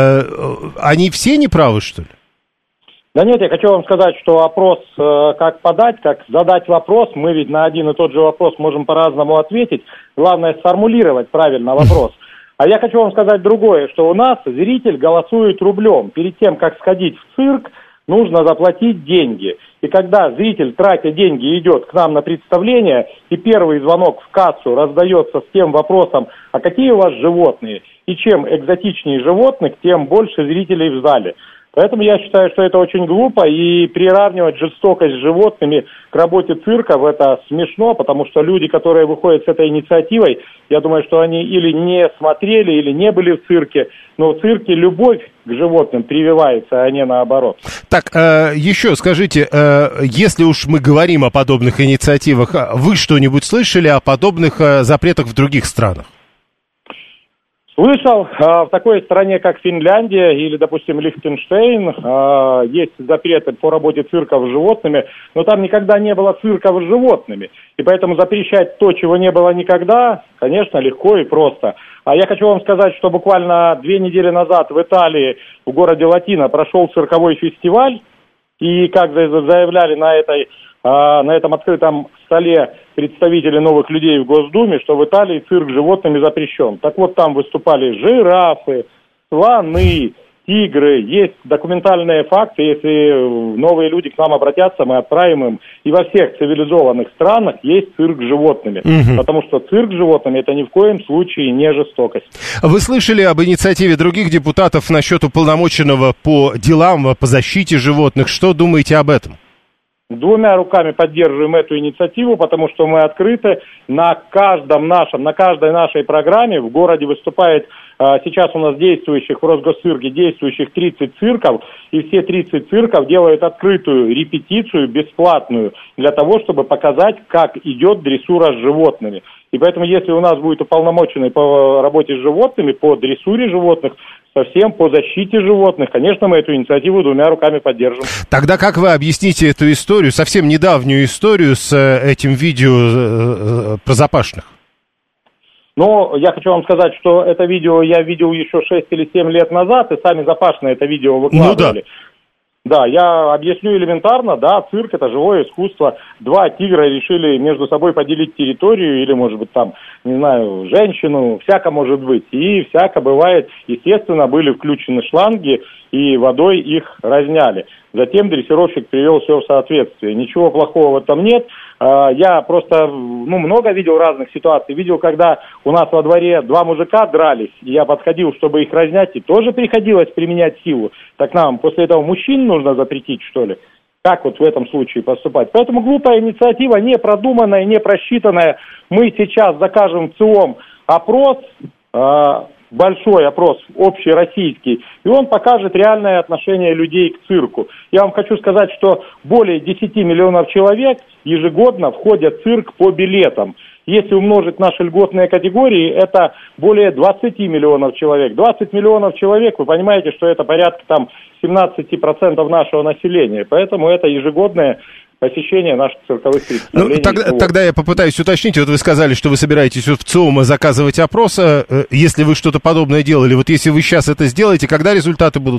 Они все неправы, что ли? Да нет, я хочу вам сказать, что опрос, как подать, как задать вопрос, мы ведь на один и тот же вопрос можем по-разному ответить. Главное, сформулировать правильно вопрос. А я хочу вам сказать другое, что у нас зритель голосует рублем. Перед тем, как сходить в цирк, нужно заплатить деньги. И когда зритель, тратя деньги, идет к нам на представление, и первый звонок в кассу раздается с тем вопросом, а какие у вас животные? И чем экзотичнее животных, тем больше зрителей в зале. Поэтому я считаю, что это очень глупо, и приравнивать жестокость с животными к работе цирков – это смешно, потому что люди, которые выходят с этой инициативой, я думаю, что они или не смотрели, или не были в цирке, но в цирке любовь к животным прививается, а не наоборот. Так, еще скажите, если уж мы говорим о подобных инициативах, вы что-нибудь слышали о подобных запретах в других странах? Слышал, в такой стране, как Финляндия или, допустим, Лихтенштейн, есть запреты по работе цирков с животными, но там никогда не было цирков с животными. И поэтому запрещать то, чего не было никогда, конечно, легко и просто. А я хочу вам сказать, что буквально 2 недели назад в Италии, в городе Латино, прошел цирковой фестиваль, и, как заявляли на этом открытом столе представители новых людей в Госдуме, что в Италии цирк с животными запрещен. Так вот, там выступали жирафы, слоны, тигры. Есть документальные факты. Если новые люди к нам обратятся, мы отправим им. И во всех цивилизованных странах есть цирк с животными. Потому что цирк с животными – это ни в коем случае не жестокость. Вы слышали об инициативе других депутатов насчет уполномоченного по делам, по защите животных? Что думаете об этом? 2 руками поддерживаем эту инициативу, потому что мы открыты на каждой нашей программе. В городе выступает, сейчас у нас действующих в Росгосцирке, действующих 30 цирков, и все 30 цирков делают открытую репетицию, бесплатную, для того, чтобы показать, как идет дрессура с животными. И поэтому, если у нас будет уполномоченный по работе с животными, по дрессуре животных, совсем по защите животных, конечно, мы эту инициативу 2 руками поддержим. Тогда как вы объясните эту историю, совсем недавнюю историю с этим видео про запашных? Ну, я хочу вам сказать, что это видео я видел еще 6 или 7 лет назад, и сами запашные это видео выкладывали. Ну да. Да, я объясню элементарно, да, цирк – это живое искусство. Два тигра решили между собой поделить территорию или, может быть, там, не знаю, женщину, всяко может быть. И всяко бывает, естественно, были включены шланги, и водой их разняли. Затем дрессировщик привел все в соответствие. Ничего плохого в этом нет. Я просто, много видел разных ситуаций. Видел, когда у нас во дворе два мужика дрались, и я подходил, чтобы их разнять, и тоже приходилось применять силу. Так нам после этого мужчин нужно запретить, что ли? Как вот в этом случае поступать? Поэтому глупая инициатива, не продуманная, не просчитанная. Мы сейчас закажем в ЦИОМ опрос, большой опрос, общероссийский, и он покажет реальное отношение людей к цирку. Я вам хочу сказать, что более 10 миллионов человек ежегодно входят в цирк по билетам. Если умножить наши льготные категории, это более 20 миллионов человек. 20 миллионов человек, вы понимаете, что это порядка там 17% нашего населения. Поэтому это ежегодное посещение наших цирковых представлений. Тогда я попытаюсь уточнить. Вот вы сказали, что вы собираетесь в ЦИОМ заказывать опрос. Если вы что-то подобное делали, вот если вы сейчас это сделаете, когда результаты будут?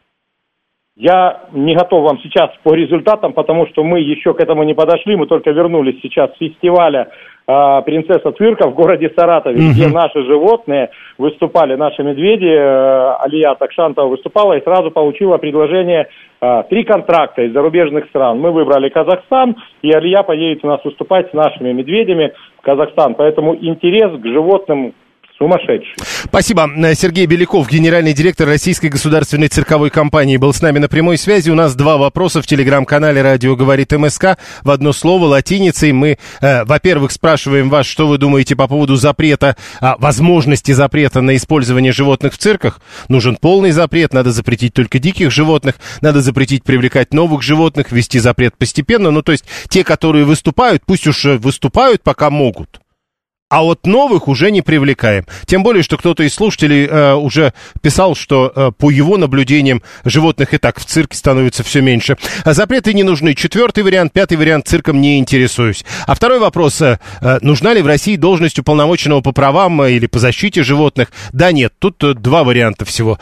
Я не готов вам сейчас по результатам, потому что мы еще к этому не подошли. Мы только вернулись сейчас с фестиваля «Принцесса цирка» в городе Саратове, где наши животные выступали, наши медведи. Алия Такшантова выступала и сразу получила предложение 3 контракта из зарубежных стран. Мы выбрали Казахстан, и Алия поедет у нас выступать с нашими медведями в Казахстан. Поэтому интерес к животным сумасшедший. Спасибо. Сергей Беляков, генеральный директор Российской государственной цирковой компании, был с нами на прямой связи. У нас 2 вопроса в телеграм-канале «Радио говорит МСК». В одно слово, латиницей. Мы, во-первых, спрашиваем вас, что вы думаете по поводу запрета, возможности запрета на использование животных в цирках. Нужен полный запрет, надо запретить только диких животных, надо запретить привлекать новых животных, ввести запрет постепенно. Ну, то есть те, которые выступают, пусть уж выступают, пока могут. А вот новых уже не привлекаем. Тем более, что кто-то из слушателей уже писал, что по его наблюдениям животных и так в цирке становится все меньше. Запреты не нужны. 4-й вариант, 5-й вариант, цирком не интересуюсь. А второй вопрос. Нужна ли в России должность уполномоченного по правам или по защите животных? Да, нет. Тут 2 варианта всего.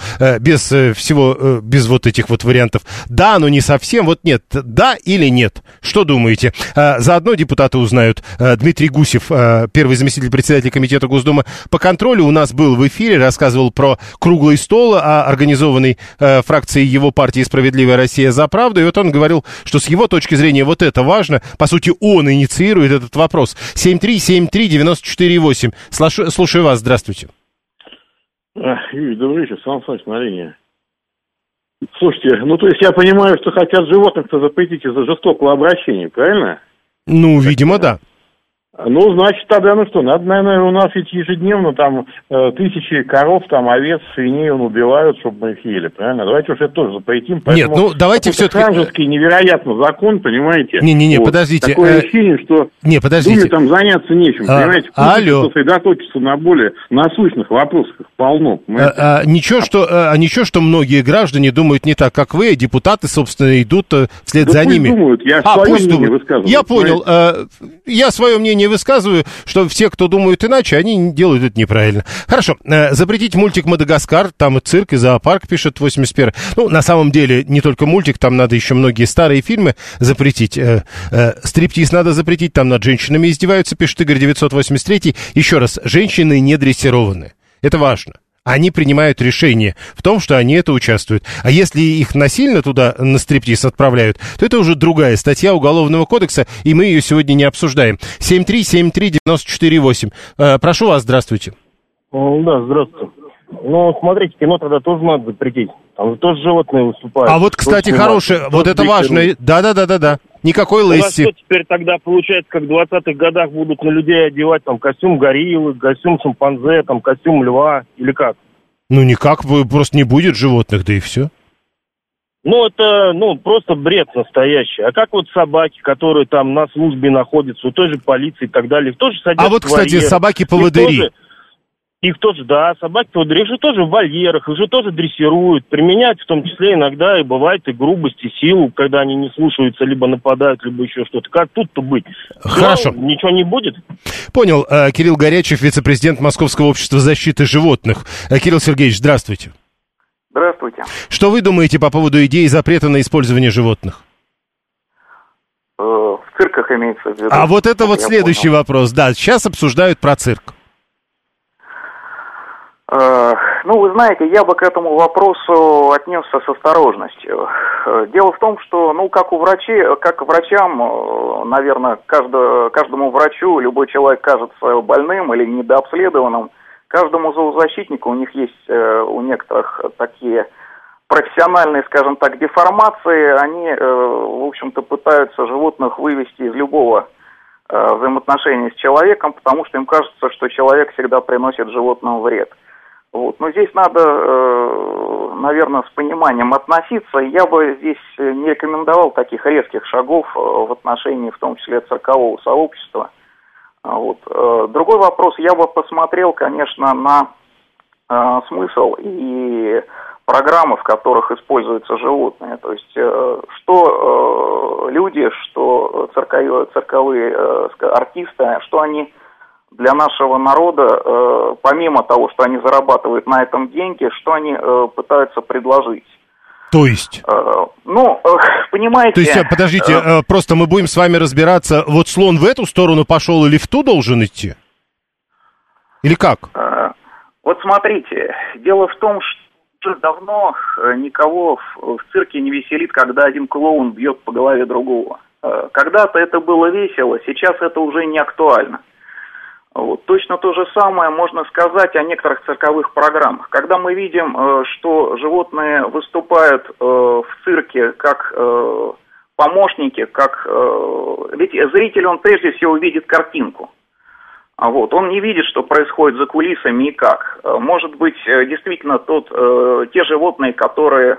Без вот этих вот вариантов. Да, но не совсем. Вот нет. Да или нет? Что думаете? Заодно депутаты узнают. Дмитрий Гусев, первый заместитель председателя комитета Госдумы по контролю, у нас был в эфире, рассказывал про круглый стол, организованный фракцией его партии «Справедливая Россия за правду». И вот он говорил, что с его точки зрения вот это важно. По сути, он инициирует этот вопрос. 7373948. Слушаю вас. Здравствуйте. Юрий, добрый вечер. Сан Саныч на линии. Слушайте, то есть я понимаю, что хотят животных-то запретить из-за жестокого обращения, правильно? Ну, видимо, да. Значит, тогда, надо, наверное, у нас ведь ежедневно там тысячи коров, там овец, свиней убивают, чтобы мы их ели, правильно? Давайте уж это тоже запретим. Нет, давайте все-таки... Ханжеский невероятно закон, понимаете? Не, подождите. Такое ощущение, что Думе там заняться нечем, понимаете? Алло. Сосредоточиться на более насущных вопросах полно, ничего, что многие граждане думают не так, как вы, депутаты, собственно, идут вслед за ними. Думают, я свое мнение высказываю. Я понял. Я свое мнение высказываю, что все, кто думают иначе, они делают это неправильно. Хорошо, запретить мультик «Мадагаскар», там и цирк, и зоопарк, пишет 81-й. На самом деле, не только мультик, там надо еще многие старые фильмы запретить. Стриптиз надо запретить, там над женщинами издеваются, пишет Игорь 983-й. Еще раз, женщины не дрессированы. Это важно. Они принимают решение в том, что они это участвуют. А если их насильно туда на стриптиз отправляют, то это уже другая статья Уголовного кодекса, и мы ее сегодня не обсуждаем. 7373948. Прошу вас, здравствуйте. Да, здравствуйте. Смотрите, кино тогда тоже надо запретить. Там же тоже животные выступают. А вот, кстати, хорошее, вот это важно. Да. Никакой Лесси. Что теперь тогда получается, как в 20-х годах будут на людей одевать там костюм гориллы, костюм шимпанзе, там костюм льва или как? Никак, просто не будет животных, да и все. Это, просто бред настоящий. А как вот собаки, которые там на службе находятся, у той же полиции и так далее, их тоже садятся в вольер. Кстати, собаки-поводыри. Их тоже, да, собаки-поводыри, их же тоже в вольерах, их же тоже дрессируют, применяют в том числе иногда и бывает и грубость, и силу, когда они не слушаются, либо нападают, либо еще что-то. Как тут-то быть? Хорошо. Ничего не будет? Понял. Кирилл Горячев, вице-президент Московского общества защиты животных. Кирилл Сергеевич, здравствуйте. Здравствуйте. Что вы думаете по поводу идеи запрета на использование животных? В цирках имеется в виду. А вот это вот следующий вопрос. Да, сейчас обсуждают про цирк. Ну, вы знаете, я бы к этому вопросу отнесся с осторожностью. Дело в том, что, ну, как врачам, наверное, каждому врачу любой человек кажется больным или недообследованным. Каждому зоозащитнику у них есть у некоторых такие профессиональные, скажем так, деформации. Они, в общем-то, пытаются животных вывести из любого взаимоотношения с человеком, потому что им кажется, что человек всегда приносит животному вред. Вот. Но здесь надо, наверное, с пониманием относиться. Я бы здесь не рекомендовал таких резких шагов в отношении, в том числе, циркового сообщества. Вот. Другой вопрос, я бы посмотрел, конечно, на смысл и программы, в которых используются животные. То есть, что люди, что цирковые артисты, что они для нашего народа, помимо того, что они зарабатывают на этом деньги, что они пытаются предложить. То есть? Понимаете... То есть, подождите, просто мы будем с вами разбираться, вот слон в эту сторону пошел или в ту должен идти? Или как? Вот смотрите, дело в том, что уже давно никого в цирке не веселит, когда один клоун бьет по голове другого. Когда-то это было весело, сейчас это уже не актуально. Вот. Точно то же самое можно сказать о некоторых цирковых программах. Когда мы видим, что животные выступают в цирке как помощники, ведь зритель, он прежде всего видит картинку. Вот. Он не видит, что происходит за кулисами и как. Может быть, действительно, те животные, которые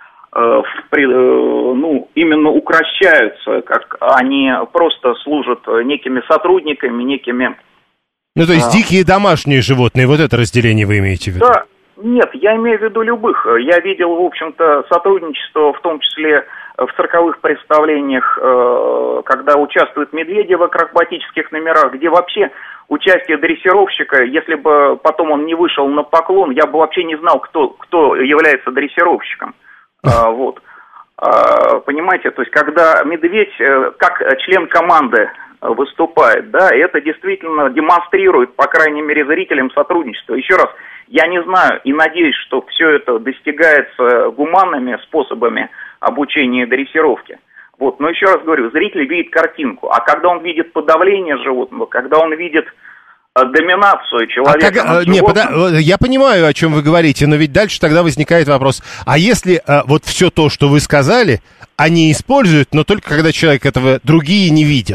именно укращаются, как они просто служат некими сотрудниками, некими... Ну, то есть дикие домашние животные, вот это разделение вы имеете в виду? Да, нет, я имею в виду любых. Я видел, в общем-то, сотрудничество, в том числе в цирковых представлениях, когда участвуют медведи в акробатических номерах, где вообще участие дрессировщика, если бы потом он не вышел на поклон, я бы вообще не знал, кто является дрессировщиком. Вот. Понимаете, то есть когда медведь, как член команды, выступает, да, это действительно демонстрирует, по крайней мере, зрителям сотрудничество. Еще раз, я не знаю и надеюсь, что все это достигается гуманными способами обучения и дрессировки. Вот, но еще раз говорю, зритель видит картинку, а когда он видит подавление животного, когда он видит доминацию человека я понимаю, о чем вы говорите, но ведь дальше тогда возникает вопрос, а если вот все то, что вы сказали, они используют, но только когда человек этого другие не видят?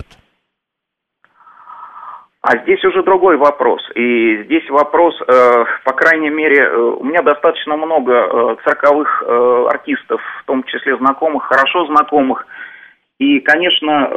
А здесь уже другой вопрос. И здесь вопрос, по крайней мере, у меня достаточно много цирковых артистов, в том числе знакомых, хорошо знакомых. И, конечно,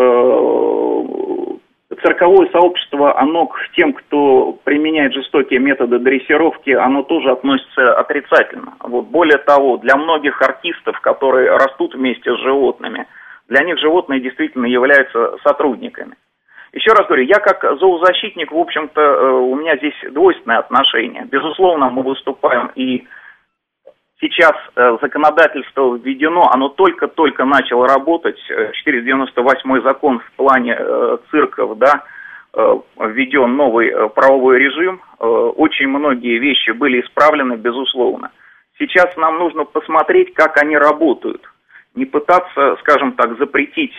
цирковое сообщество, оно к тем, кто применяет жестокие методы дрессировки, оно тоже относится отрицательно. Вот. Более того, для многих артистов, которые растут вместе с животными, для них животные действительно являются сотрудниками. Еще раз говорю, я как зоозащитник, в общем-то, у меня здесь двойственное отношение. Безусловно, мы выступаем, и сейчас законодательство введено, оно только-только начало работать. 498 закон в плане цирков, да, введен новый правовой режим. Очень многие вещи были исправлены, безусловно. Сейчас нам нужно посмотреть, как они работают. Не пытаться, скажем так, запретить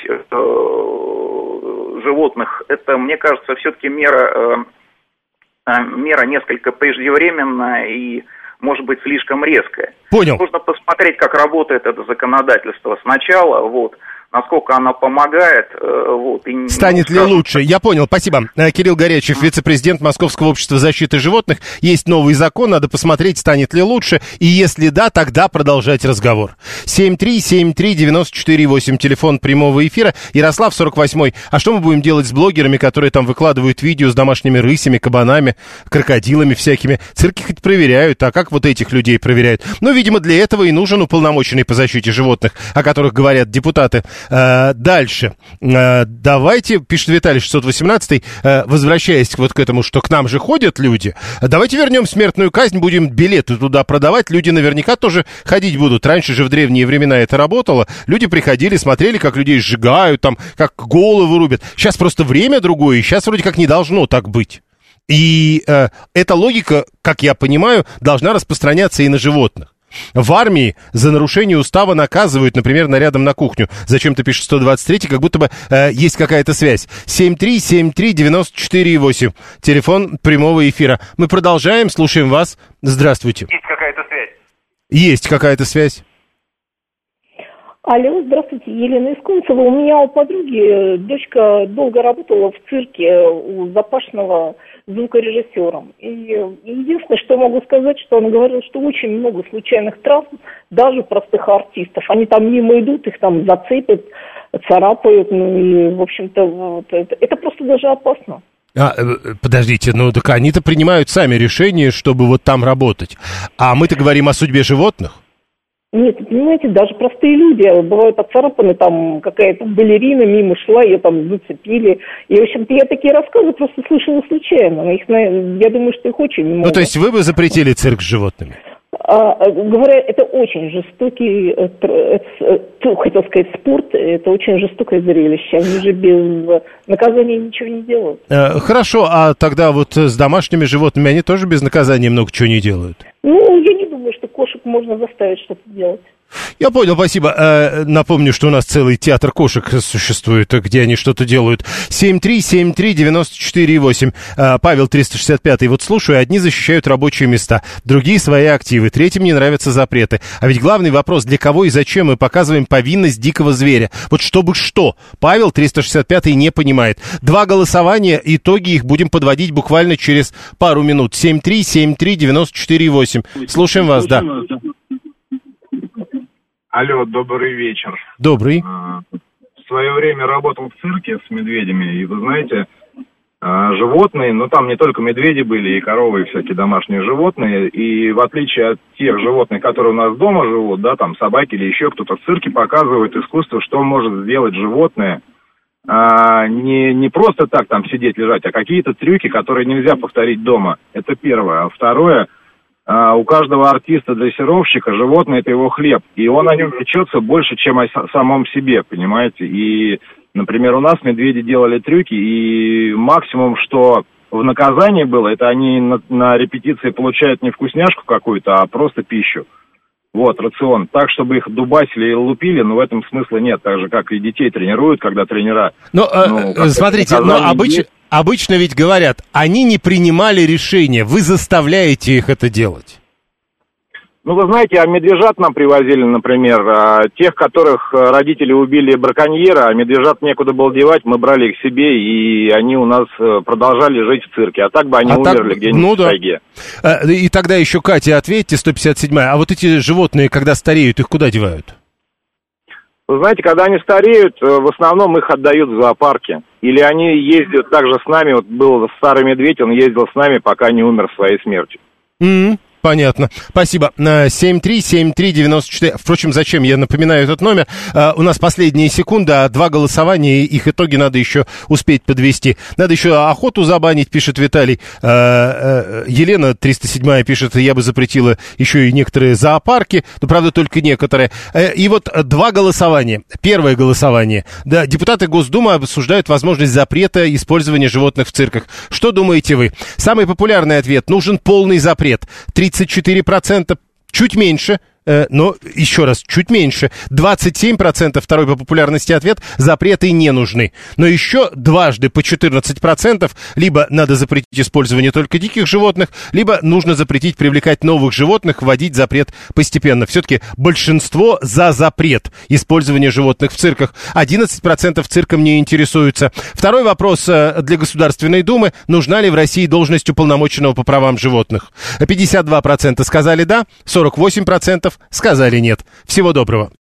животных, это, мне кажется, все-таки мера несколько преждевременная и, может быть, слишком резкая. Понял. Нужно посмотреть, как работает это законодательство сначала, вот, насколько оно помогает. Вот, и, станет ли лучше? Я понял, спасибо. Кирилл Горячев, вице-президент Московского общества защиты животных. Есть новый закон, надо посмотреть, станет ли лучше. И если да, тогда продолжать разговор. 7373948, телефон прямого эфира. Ярослав, 48-й. А что мы будем делать с блогерами, которые там выкладывают видео с домашними рысями, кабанами, крокодилами всякими? Цирки хоть проверяют, а как вот этих людей проверяют? Ну, видимо, для этого и нужен уполномоченный по защите животных, о которых говорят депутаты. Дальше. Давайте, пишет Виталий 618, возвращаясь вот к этому, что к нам же ходят люди, давайте вернем смертную казнь, будем билеты туда продавать, люди наверняка тоже ходить будут. Раньше же в древние времена это работало, люди приходили, смотрели, как людей сжигают, там, как голову рубят. Сейчас просто время другое, и сейчас вроде как не должно так быть. И эта логика, как я понимаю, должна распространяться и на животных. В армии за нарушение устава наказывают, например, нарядом на кухню. Зачем-то пишет 123, как будто бы есть какая-то связь. 7373948. Телефон прямого эфира. Мы продолжаем, слушаем вас. Здравствуйте. Есть какая-то связь. Есть какая-то связь. Алло, здравствуйте, Елена из Кунцева. У меня у подруги дочка долго работала в цирке у Запашного звукорежиссером. И единственное, что я могу сказать, что она говорила, что очень много случайных травм, даже простых артистов. Они там мимо идут, их там зацепят, царапают, ну и, в общем-то, вот, это просто даже опасно. Подождите, ну так они-то принимают сами решение, чтобы вот там работать. А мы-то говорим о судьбе животных. Нет, понимаете, даже простые люди, бывают отцарапаны, там какая-то балерина мимо шла, ее там зацепили. И, в общем-то, я такие рассказы просто слышала случайно. Их, я думаю, что их очень много. Ну, то есть вы бы запретили цирк с животными? Говоря, это очень жестокий, хотел сказать, спорт, это очень жестокое зрелище. Они же без наказания ничего не делают. Хорошо, а тогда вот с домашними животными они тоже без наказания много чего не делают? Ну, я не думаю, что кошек можно заставить что-то делать. Я понял, спасибо. Напомню, что у нас целый театр кошек существует, где они что-то делают. 7373948. Павел 365. Вот слушаю, одни защищают рабочие места, другие свои активы, третьим не нравятся запреты. А ведь главный вопрос, для кого и зачем мы показываем повинность дикого зверя? Вот чтобы что? Павел 365 не понимает. 2 голосования, итоги их будем подводить буквально через пару минут. 7373948. Слушаем вас, да. Алло, добрый вечер. Добрый. В свое время работал в цирке с медведями, и вы знаете, животные, ну там не только медведи были, и коровы, и всякие домашние животные, и в отличие от тех животных, которые у нас дома живут, да, там собаки или еще кто-то, в цирке показывают искусство, что может сделать животное, не просто так там сидеть, лежать, а какие-то трюки, которые нельзя повторить дома. Это первое. А второе, у каждого артиста-дрессировщика животное – это его хлеб, и он о нем печется больше, чем о самом себе, понимаете? И, например, у нас медведи делали трюки, и максимум, что в наказании было, это они на репетиции получают не вкусняшку какую-то, а просто пищу. Вот, рацион. Так, чтобы их дубасили и лупили, но в этом смысла нет. Так же, как и детей тренируют, когда тренера... Смотрите, обычно ведь говорят, они не принимали решения, вы заставляете их это делать. Ну, вы знаете, а медвежат нам привозили, например, тех, которых родители убили браконьера, а медвежат некуда было девать, мы брали их себе, и они у нас продолжали жить в цирке. А так бы они умерли где-нибудь в тайге. И тогда еще, Катя, ответьте, 157-я, а вот эти животные, когда стареют, их куда девают? Вы знаете, когда они стареют, в основном их отдают в зоопарке. Или они ездят также с нами, вот был старый медведь, он ездил с нами, пока не умер своей смертью. Понятно. Спасибо. 7373948. Впрочем, зачем? Я напоминаю этот номер. У нас последние секунды, 2 голосования, их итоги надо еще успеть подвести. Надо еще охоту забанить, пишет Виталий. Елена 307 пишет, я бы запретила еще и некоторые зоопарки, но, правда, только некоторые. И вот 2 голосования. Первое голосование. Да, депутаты Госдумы обсуждают возможность запрета использования животных в цирках. Что думаете вы? Самый популярный ответ: нужен полный запрет. 34%, чуть меньше, но еще раз, чуть меньше. 27%, второй по популярности ответ: запреты не нужны. Но еще дважды по 14%, либо надо запретить использование только диких животных, либо нужно запретить привлекать новых животных, вводить запрет постепенно. Все-таки большинство за запрет использования животных в цирках. 11% цирком не интересуются. Второй вопрос для Государственной Думы: нужна ли в России должность уполномоченного по правам животных? 52% сказали да, 48% сказали нет. Всего доброго.